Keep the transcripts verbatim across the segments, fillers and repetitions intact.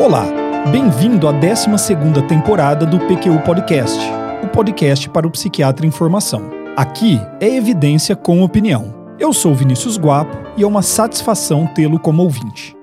Olá, bem-vindo à décima segunda temporada do P Q U Podcast, o podcast para o psiquiatra em formação. Aqui é evidência com opinião. Eu sou Vinícius Guapo e é uma satisfação tê-lo como ouvinte.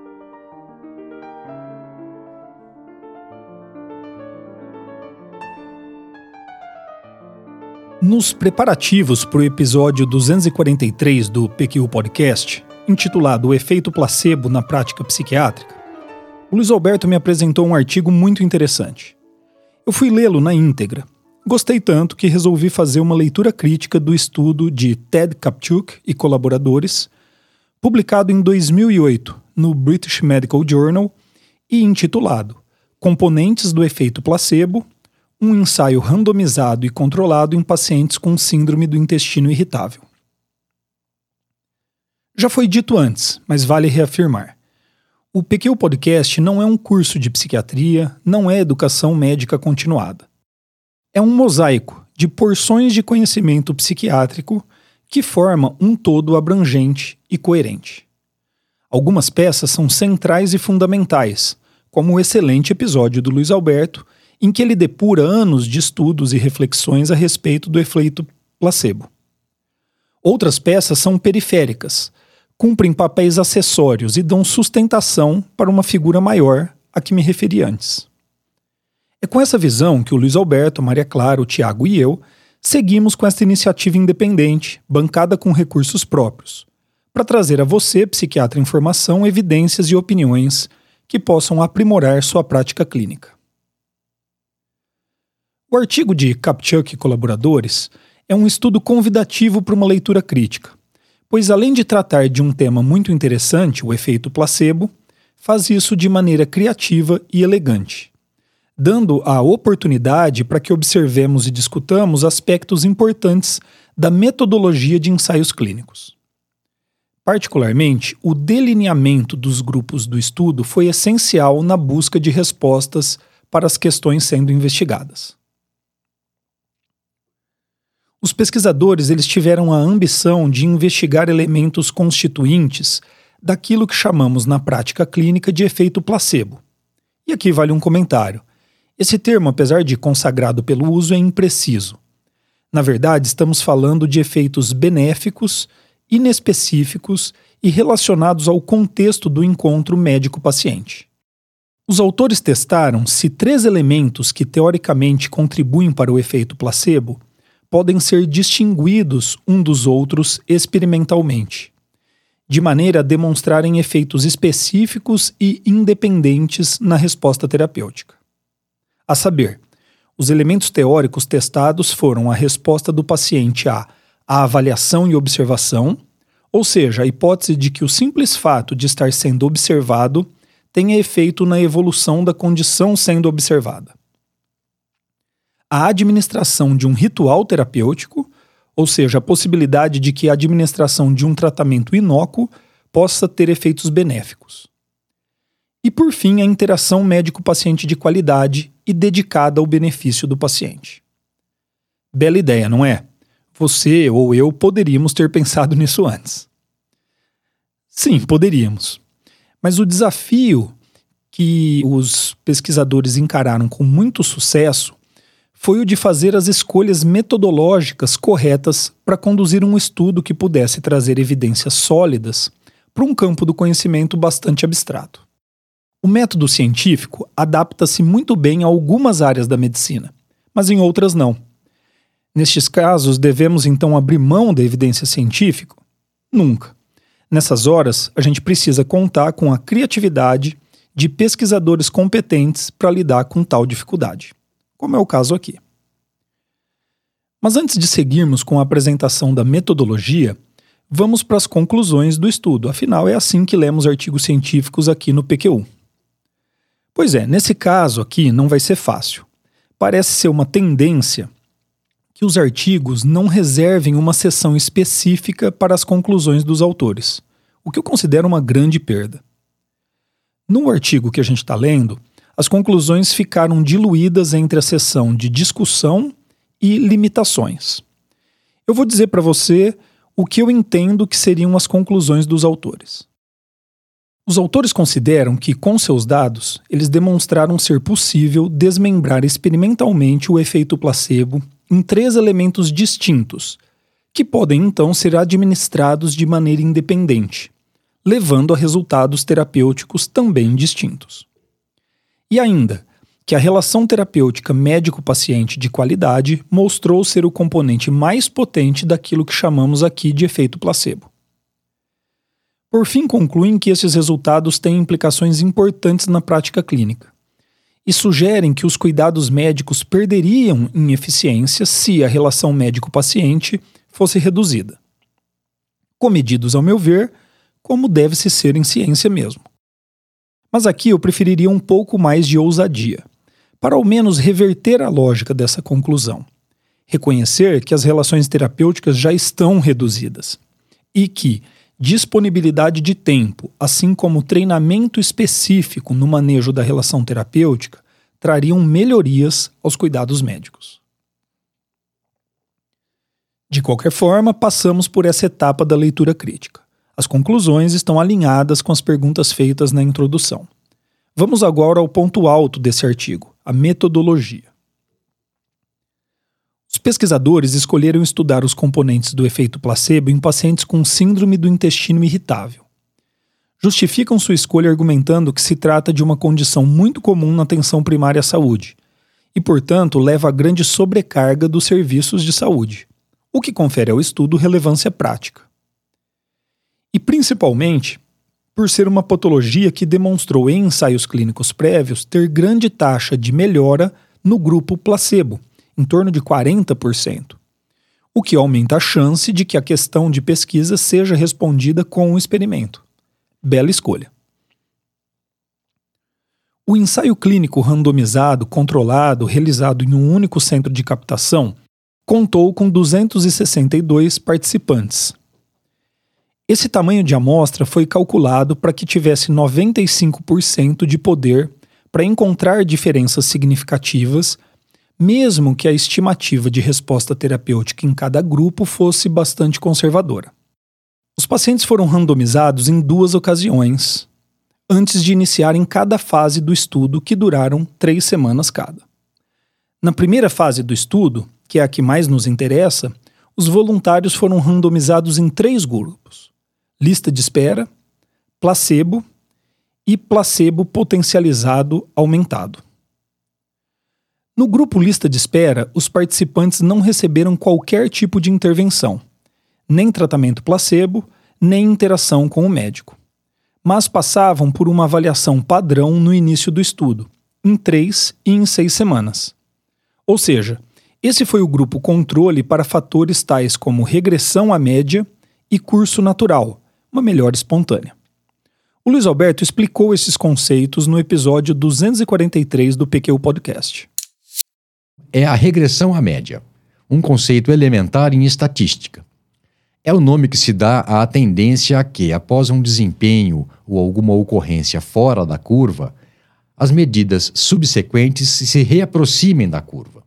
Nos preparativos para o episódio duzentos e quarenta e três do P Q U Podcast, intitulado O Efeito Placebo na Prática Psiquiátrica, o Luiz Alberto me apresentou um artigo muito interessante. Eu fui lê-lo na íntegra. Gostei tanto que resolvi fazer uma leitura crítica do estudo de Ted Kaptchuk e colaboradores, publicado em dois mil e oito no British Medical Journal e intitulado Componentes do Efeito Placebo, um ensaio randomizado e controlado em pacientes com síndrome do intestino irritável. Já foi dito antes, mas vale reafirmar. O P Q U Podcast não é um curso de psiquiatria, não é educação médica continuada. É um mosaico de porções de conhecimento psiquiátrico que forma um todo abrangente e coerente. Algumas peças são centrais e fundamentais, como o excelente episódio do Luiz Alberto, em que ele depura anos de estudos e reflexões a respeito do efeito placebo. Outras peças são periféricas, cumprem papéis acessórios e dão sustentação para uma figura maior a que me referi antes. É com essa visão que o Luiz Alberto, Maria Clara, o Tiago e eu seguimos com esta iniciativa independente, bancada com recursos próprios, para trazer a você, psiquiatra em formação, evidências e opiniões que possam aprimorar sua prática clínica. O artigo de Kaptchuk e colaboradores é um estudo convidativo para uma leitura crítica, pois além de tratar de um tema muito interessante, o efeito placebo, faz isso de maneira criativa e elegante, dando a oportunidade para que observemos e discutamos aspectos importantes da metodologia de ensaios clínicos. Particularmente, o delineamento dos grupos do estudo foi essencial na busca de respostas para as questões sendo investigadas. Os pesquisadores eles tiveram a ambição de investigar elementos constituintes daquilo que chamamos na prática clínica de efeito placebo. E aqui vale um comentário. Esse termo, apesar de consagrado pelo uso, é impreciso. Na verdade, estamos falando de efeitos benéficos, inespecíficos e relacionados ao contexto do encontro médico-paciente. Os autores testaram se três elementos que teoricamente contribuem para o efeito placebo podem ser distinguidos um dos outros experimentalmente, de maneira a demonstrarem efeitos específicos e independentes na resposta terapêutica. A saber, os elementos teóricos testados foram a resposta do paciente à, à avaliação e observação, ou seja, a hipótese de que o simples fato de estar sendo observado tenha efeito na evolução da condição sendo observada. A administração de um ritual terapêutico, ou seja, a possibilidade de que a administração de um tratamento inócuo possa ter efeitos benéficos. E, por fim, a interação médico-paciente de qualidade e dedicada ao benefício do paciente. Bela ideia, não é? Você ou eu poderíamos ter pensado nisso antes. Sim, poderíamos. Mas o desafio que os pesquisadores encararam com muito sucesso foi o de fazer as escolhas metodológicas corretas para conduzir um estudo que pudesse trazer evidências sólidas para um campo do conhecimento bastante abstrato. O método científico adapta-se muito bem a algumas áreas da medicina, mas em outras não. Nestes casos, devemos então abrir mão da evidência científica? Nunca. Nessas horas, a gente precisa contar com a criatividade de pesquisadores competentes para lidar com tal dificuldade, como é o caso aqui. Mas antes de seguirmos com a apresentação da metodologia, vamos para as conclusões do estudo, afinal é assim que lemos artigos científicos aqui no P Q U. Pois é, nesse caso aqui não vai ser fácil. Parece ser uma tendência que os artigos não reservem uma seção específica para as conclusões dos autores, o que eu considero uma grande perda. No artigo que a gente está lendo, as conclusões ficaram diluídas entre a seção de discussão e limitações. Eu vou dizer para você o que eu entendo que seriam as conclusões dos autores. Os autores consideram que, com seus dados, eles demonstraram ser possível desmembrar experimentalmente o efeito placebo em três elementos distintos, que podem então ser administrados de maneira independente, levando a resultados terapêuticos também distintos. E ainda, que a relação terapêutica médico-paciente de qualidade mostrou ser o componente mais potente daquilo que chamamos aqui de efeito placebo. Por fim, concluem que esses resultados têm implicações importantes na prática clínica e sugerem que os cuidados médicos perderiam em eficiência se a relação médico-paciente fosse reduzida. Comedidos, ao meu ver, como deve-se ser em ciência mesmo. Mas aqui eu preferiria um pouco mais de ousadia, para ao menos reverter a lógica dessa conclusão. Reconhecer que as relações terapêuticas já estão reduzidas e que disponibilidade de tempo, assim como treinamento específico no manejo da relação terapêutica, trariam melhorias aos cuidados médicos. De qualquer forma, passamos por essa etapa da leitura crítica. As conclusões estão alinhadas com as perguntas feitas na introdução. Vamos agora ao ponto alto desse artigo, a metodologia. Os pesquisadores escolheram estudar os componentes do efeito placebo em pacientes com síndrome do intestino irritável. Justificam sua escolha argumentando que se trata de uma condição muito comum na atenção primária à saúde e, portanto, leva a grande sobrecarga dos serviços de saúde, o que confere ao estudo relevância prática. E, principalmente, por ser uma patologia que demonstrou em ensaios clínicos prévios ter grande taxa de melhora no grupo placebo, em torno de quarenta por cento, o que aumenta a chance de que a questão de pesquisa seja respondida com o experimento. Bela escolha. O ensaio clínico randomizado, controlado, realizado em um único centro de captação, contou com duzentos e sessenta e dois participantes. Esse tamanho de amostra foi calculado para que tivesse noventa e cinco por cento de poder para encontrar diferenças significativas, mesmo que a estimativa de resposta terapêutica em cada grupo fosse bastante conservadora. Os pacientes foram randomizados em duas ocasiões, antes de iniciarem cada fase do estudo, que duraram três semanas cada. Na primeira fase do estudo, que é a que mais nos interessa, os voluntários foram randomizados em três grupos: lista de espera, placebo e placebo potencializado aumentado. No grupo lista de espera, os participantes não receberam qualquer tipo de intervenção, nem tratamento placebo, nem interação com o médico, mas passavam por uma avaliação padrão no início do estudo, em três e em seis semanas. Ou seja, esse foi o grupo controle para fatores tais como regressão à média e curso natural, uma melhora espontânea. O Luiz Alberto explicou esses conceitos no episódio duzentos e quarenta e três do P Q Podcast. É a regressão à média, um conceito elementar em estatística. É o nome que se dá à tendência a que, após um desempenho ou alguma ocorrência fora da curva, as medidas subsequentes se reaproximem da curva.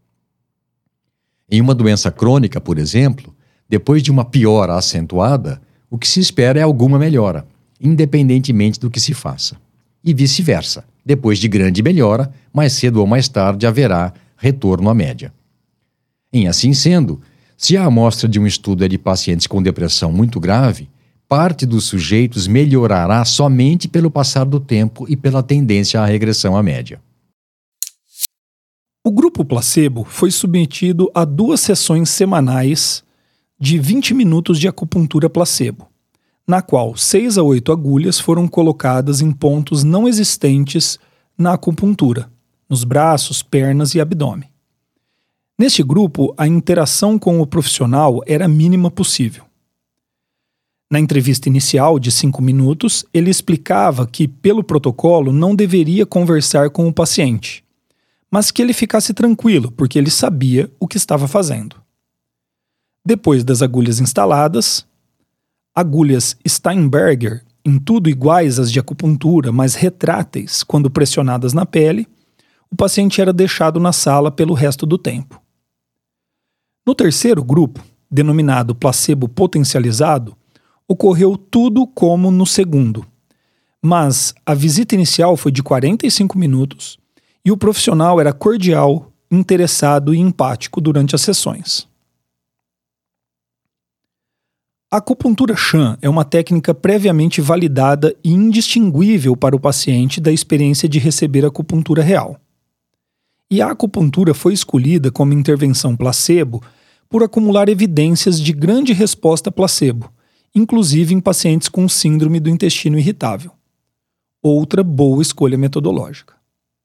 Em uma doença crônica, por exemplo, depois de uma piora acentuada, o que se espera é alguma melhora, independentemente do que se faça. E vice-versa, depois de grande melhora, mais cedo ou mais tarde haverá retorno à média. Em assim sendo, se a amostra de um estudo é de pacientes com depressão muito grave, parte dos sujeitos melhorará somente pelo passar do tempo e pela tendência à regressão à média. O grupo placebo foi submetido a duas sessões semanais de vinte minutos de acupuntura placebo, na qual seis a oito agulhas foram colocadas em pontos não existentes na acupuntura, nos braços, pernas e abdômen. Neste grupo, a interação com o profissional era a mínima possível. Na entrevista inicial de cinco minutos, ele explicava que, pelo protocolo, não deveria conversar com o paciente, mas que ele ficasse tranquilo, porque ele sabia o que estava fazendo. Depois das agulhas instaladas, agulhas Steinberger, em tudo iguais às de acupuntura, mas retráteis quando pressionadas na pele, o paciente era deixado na sala pelo resto do tempo. No terceiro grupo, denominado placebo potencializado, ocorreu tudo como no segundo, Mas a visita inicial foi de quarenta e cinco minutos e o profissional era cordial, interessado e empático durante as sessões. A acupuntura Shan é uma técnica previamente validada e indistinguível para o paciente da experiência de receber acupuntura real. E a acupuntura foi escolhida como intervenção placebo por acumular evidências de grande resposta placebo, inclusive em pacientes com síndrome do intestino irritável. Outra boa escolha metodológica.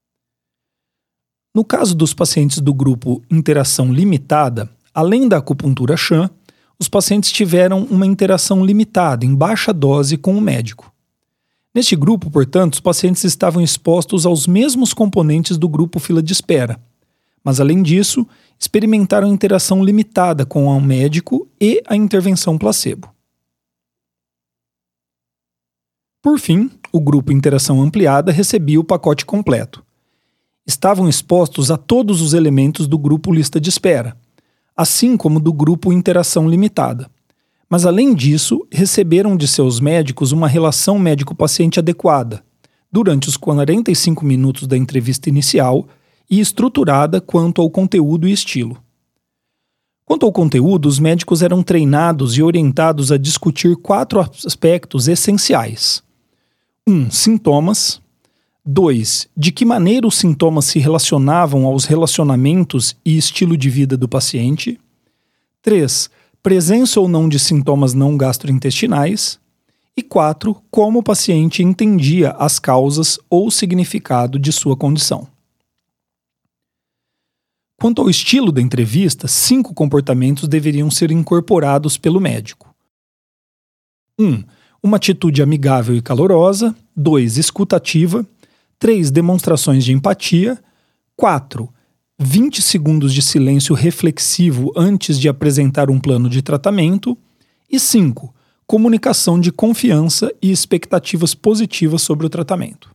No caso dos pacientes do grupo Interação Limitada, além da acupuntura Shan, os pacientes tiveram uma interação limitada em baixa dose com o médico. Neste grupo, portanto, os pacientes estavam expostos aos mesmos componentes do grupo fila de espera, mas além disso, experimentaram interação limitada com o médico e a intervenção placebo. Por fim, o grupo Interação Ampliada recebia o pacote completo. Estavam expostos a todos os elementos do grupo lista de espera, assim como do grupo Interação Limitada. Mas, além disso, receberam de seus médicos uma relação médico-paciente adequada, durante os quarenta e cinco minutos da entrevista inicial e estruturada quanto ao conteúdo e estilo. Quanto ao conteúdo, os médicos eram treinados e orientados a discutir quatro aspectos essenciais. um. Sintomas. dois. De que maneira os sintomas se relacionavam aos relacionamentos e estilo de vida do paciente. três. Presença ou não de sintomas não gastrointestinais. E quatro. Como o paciente entendia as causas ou significado de sua condição. Quanto ao estilo da entrevista, cinco comportamentos deveriam ser incorporados pelo médico. um. Uma atitude amigável e calorosa. dois. Escutativa. três. Demonstrações de empatia. quatro. vinte segundos de silêncio reflexivo antes de apresentar um plano de tratamento. E cinco. Comunicação de confiança e expectativas positivas sobre o tratamento.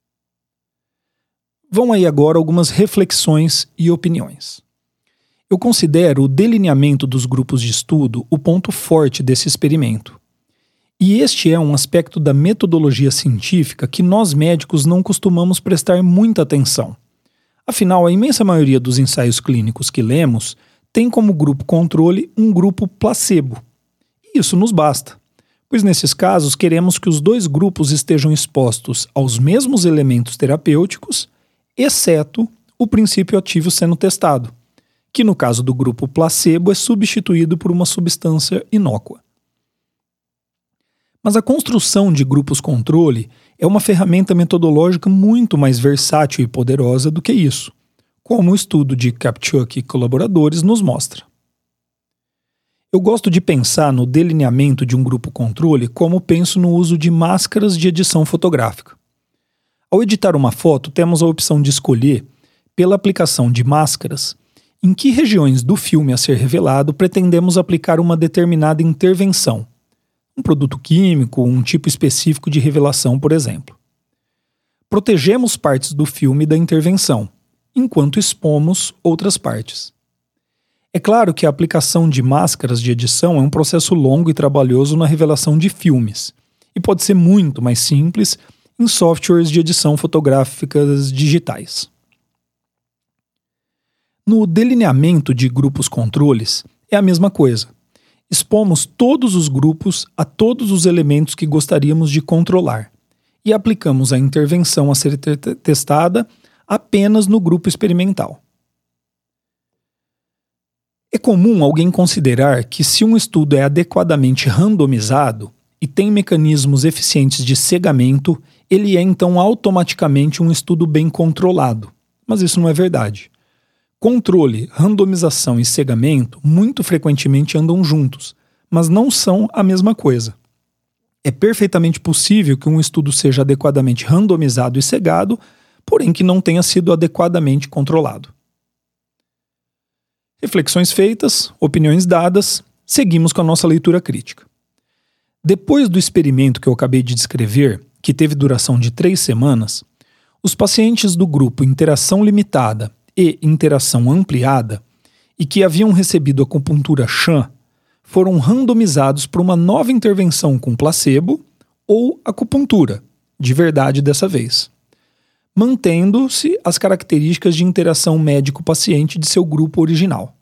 Vão aí agora algumas reflexões e opiniões. Eu considero o delineamento dos grupos de estudo o ponto forte desse experimento. E este é um aspecto da metodologia científica que nós médicos não costumamos prestar muita atenção. Afinal, a imensa maioria dos ensaios clínicos que lemos tem como grupo controle um grupo placebo. E isso nos basta, pois nesses casos queremos que os dois grupos estejam expostos aos mesmos elementos terapêuticos, exceto o princípio ativo sendo testado, que no caso do grupo placebo é substituído por uma substância inócua. Mas a construção de grupos controle é uma ferramenta metodológica muito mais versátil e poderosa do que isso, como o estudo de Kapchuk e colaboradores nos mostra. Eu gosto de pensar no delineamento de um grupo controle como penso no uso de máscaras de edição fotográfica. Ao editar uma foto, temos a opção de escolher, pela aplicação de máscaras, em que regiões do filme a ser revelado pretendemos aplicar uma determinada intervenção. Um produto químico, um tipo específico de revelação, por exemplo. Protegemos partes do filme da intervenção, enquanto expomos outras partes. É claro que a aplicação de máscaras de edição é um processo longo e trabalhoso na revelação de filmes, e pode ser muito mais simples em softwares de edição fotográficas digitais. No delineamento de grupos controles, é a mesma coisa. Expomos todos os grupos a todos os elementos que gostaríamos de controlar e aplicamos a intervenção a ser te- testada apenas no grupo experimental. É comum alguém considerar que se um estudo é adequadamente randomizado e tem mecanismos eficientes de cegamento, ele é então automaticamente um estudo bem controlado. Mas isso não é verdade. Controle, randomização e cegamento muito frequentemente andam juntos, mas não são a mesma coisa. É perfeitamente possível que um estudo seja adequadamente randomizado e cegado, porém que não tenha sido adequadamente controlado. Reflexões feitas, opiniões dadas, seguimos com a nossa leitura crítica. Depois do experimento que eu acabei de descrever, que teve duração de três semanas, os pacientes do grupo Interação Limitada e Interação Ampliada, e que haviam recebido acupuntura Shan, foram randomizados para uma nova intervenção com placebo ou acupuntura, de verdade dessa vez, mantendo-se as características de interação médico-paciente de seu grupo original.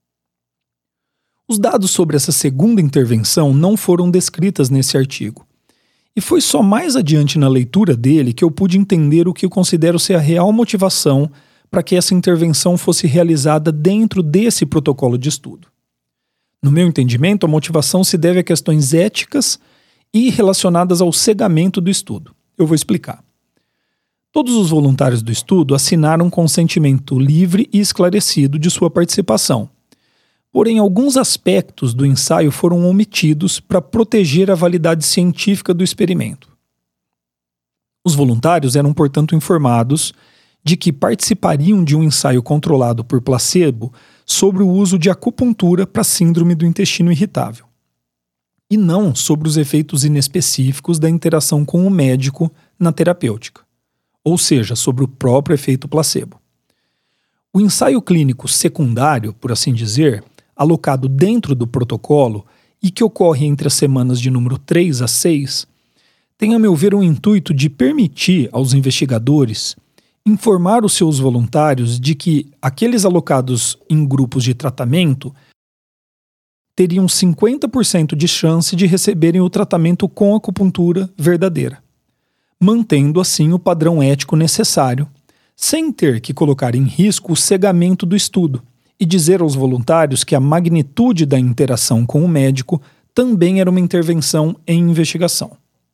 Os dados sobre essa segunda intervenção não foram descritas nesse artigo, e foi só mais adiante na leitura dele que eu pude entender o que eu considero ser a real motivação para que essa intervenção fosse realizada dentro desse protocolo de estudo. No meu entendimento, a motivação se deve a questões éticas e relacionadas ao cegamento do estudo. Eu vou explicar. Todos os voluntários do estudo assinaram um consentimento livre e esclarecido de sua participação. Porém, alguns aspectos do ensaio foram omitidos para proteger a validade científica do experimento. Os voluntários eram, portanto, informados de que participariam de um ensaio controlado por placebo sobre o uso de acupuntura para a síndrome do intestino irritável, e não sobre os efeitos inespecíficos da interação com o médico na terapêutica, ou seja, sobre o próprio efeito placebo. O ensaio clínico secundário, por assim dizer, alocado dentro do protocolo e que ocorre entre as semanas de número três a seis, tem, a meu ver, o intuito de permitir aos investigadores informar os seus voluntários de que aqueles alocados em grupos de tratamento teriam cinquenta por cento de chance de receberem o tratamento com acupuntura verdadeira, mantendo assim o padrão ético necessário, sem ter que colocar em risco o cegamento do estudo, e dizer aos voluntários que a magnitude da interação com o médico também era uma intervenção em investigação.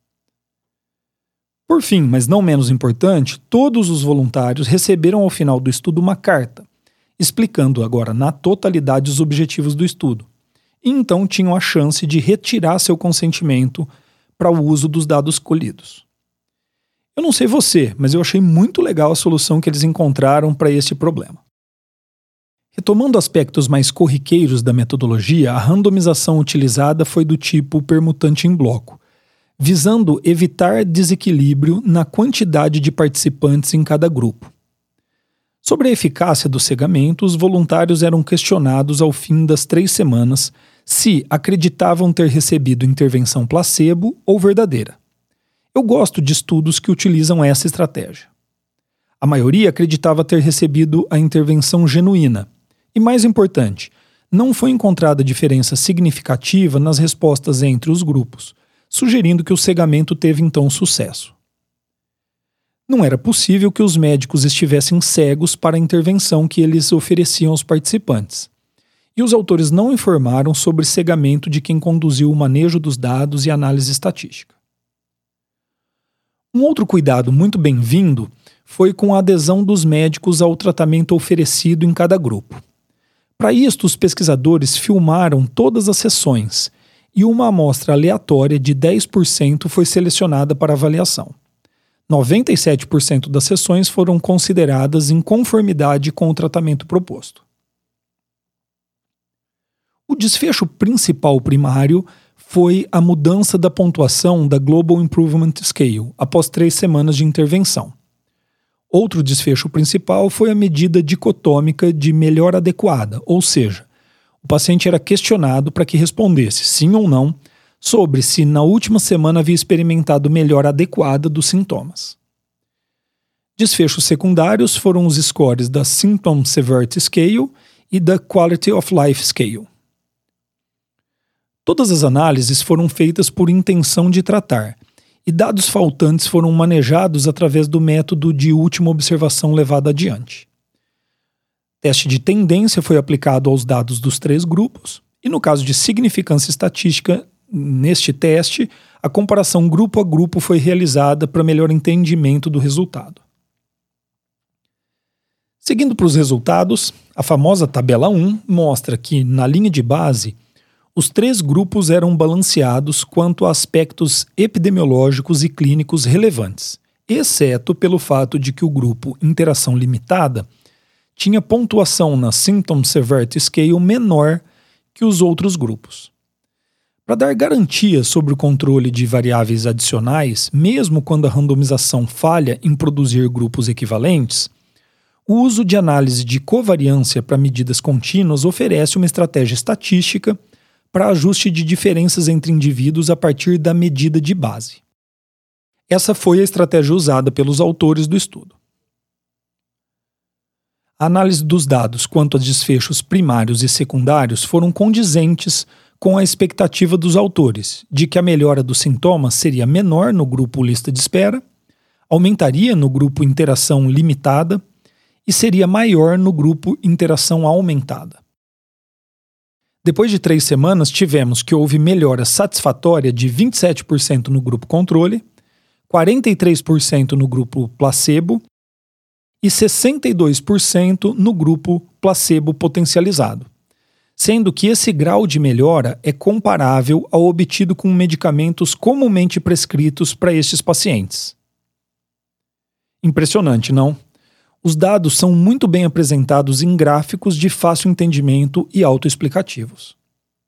Por fim, mas não menos importante, todos os voluntários receberam ao final do estudo uma carta, explicando agora na totalidade os objetivos do estudo, e então tinham a chance de retirar seu consentimento para o uso dos dados colhidos. Eu não sei você, mas eu achei muito legal a solução que eles encontraram para este problema. Retomando aspectos mais corriqueiros da metodologia, a randomização utilizada foi do tipo permutante em bloco, visando evitar desequilíbrio na quantidade de participantes em cada grupo. Sobre a eficácia do cegamento, os voluntários eram questionados ao fim das três semanas se acreditavam ter recebido intervenção placebo ou verdadeira. Eu gosto de estudos que utilizam essa estratégia. A maioria acreditava ter recebido a intervenção genuína. E mais importante, não foi encontrada diferença significativa nas respostas entre os grupos, sugerindo que o cegamento teve então sucesso. Não era possível que os médicos estivessem cegos para a intervenção que eles ofereciam aos participantes. E os autores não informaram sobre cegamento de quem conduziu o manejo dos dados e análise estatística. Um outro cuidado muito bem-vindo foi com a adesão dos médicos ao tratamento oferecido em cada grupo. Para isto, os pesquisadores filmaram todas as sessões e uma amostra aleatória de dez por cento foi selecionada para avaliação. noventa e sete por cento das sessões foram consideradas em conformidade com o tratamento proposto. O desfecho principal primário foi a mudança da pontuação da Global Improvement Scale após três semanas de intervenção. Outro desfecho principal foi a medida dicotômica de melhor adequada, ou seja, o paciente era questionado para que respondesse sim ou não sobre se na última semana havia experimentado melhora adequada dos sintomas. Desfechos secundários foram os scores da Symptom Severity Scale e da Quality of Life Scale. Todas as análises foram feitas por intenção de tratar, e dados faltantes foram manejados através do método de última observação levado adiante. Teste de tendência foi aplicado aos dados dos três grupos, e no caso de significância estatística, neste teste, a comparação grupo a grupo foi realizada para melhor entendimento do resultado. Seguindo para os resultados, a famosa tabela um mostra que, na linha de base, os três grupos eram balanceados quanto a aspectos epidemiológicos e clínicos relevantes, exceto pelo fato de que o grupo Interação Limitada tinha pontuação na Symptom Severity Scale menor que os outros grupos. Para dar garantia sobre o controle de variáveis adicionais, mesmo quando a randomização falha em produzir grupos equivalentes, o uso de análise de covariância para medidas contínuas oferece uma estratégia estatística para ajuste de diferenças entre indivíduos a partir da medida de base. Essa foi a estratégia usada pelos autores do estudo. A análise dos dados quanto a desfechos primários e secundários foram condizentes com a expectativa dos autores de que a melhora dos sintomas seria menor no grupo lista de espera, aumentaria no grupo interação limitada e seria maior no grupo interação aumentada. Depois de três semanas, tivemos que houve melhora satisfatória de vinte e sete por cento no grupo controle, quarenta e três por cento no grupo placebo e sessenta e dois por cento no grupo placebo potencializado, sendo que esse grau de melhora é comparável ao obtido com medicamentos comumente prescritos para estes pacientes. Impressionante, não? Os dados são muito bem apresentados em gráficos de fácil entendimento e autoexplicativos.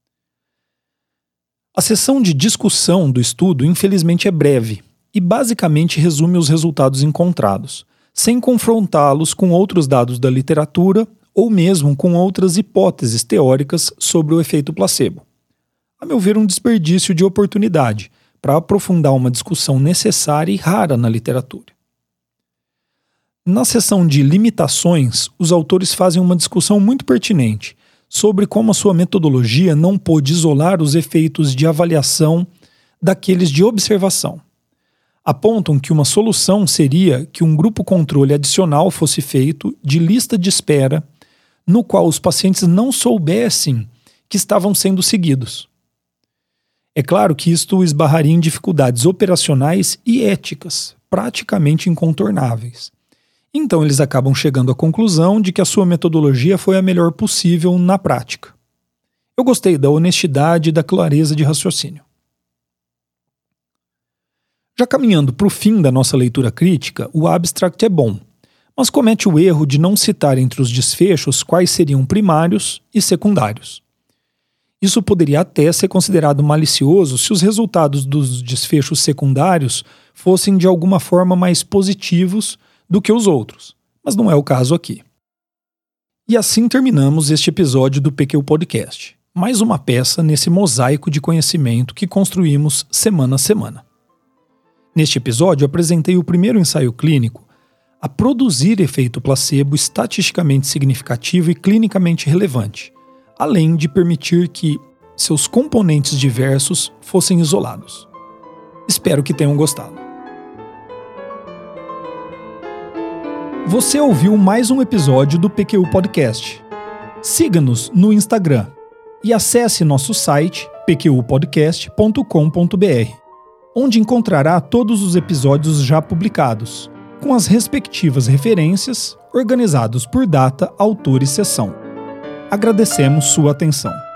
A sessão de discussão do estudo, infelizmente, é breve e basicamente resume os resultados encontrados, sem confrontá-los com outros dados da literatura ou mesmo com outras hipóteses teóricas sobre o efeito placebo. A meu ver, um desperdício de oportunidade para aprofundar uma discussão necessária e rara na literatura. Na seção de limitações, os autores fazem uma discussão muito pertinente sobre como a sua metodologia não pôde isolar os efeitos de avaliação daqueles de observação. Apontam que uma solução seria que um grupo controle adicional fosse feito de lista de espera, no qual os pacientes não soubessem que estavam sendo seguidos. É claro que isto esbarraria em dificuldades operacionais e éticas, praticamente incontornáveis. Então eles acabam chegando à conclusão de que a sua metodologia foi a melhor possível na prática. Eu gostei da honestidade e da clareza de raciocínio. Já caminhando para o fim da nossa leitura crítica, o abstract é bom, mas comete o erro de não citar entre os desfechos quais seriam primários e secundários. Isso poderia até ser considerado malicioso se os resultados dos desfechos secundários fossem de alguma forma mais positivos do que os outros, mas não é o caso aqui. E assim terminamos este episódio do P Q U Podcast, mais uma peça nesse mosaico de conhecimento que construímos semana a semana. Neste episódio, apresentei o primeiro ensaio clínico a produzir efeito placebo estatisticamente significativo e clinicamente relevante, além de permitir que seus componentes diversos fossem isolados. Espero que tenham gostado. Você ouviu mais um episódio do P Q U Podcast. Siga-nos no Instagram e acesse nosso site p q u podcast ponto com ponto b r, onde encontrará todos os episódios já publicados, com as respectivas referências, organizados por data, autor e sessão. Agradecemos sua atenção.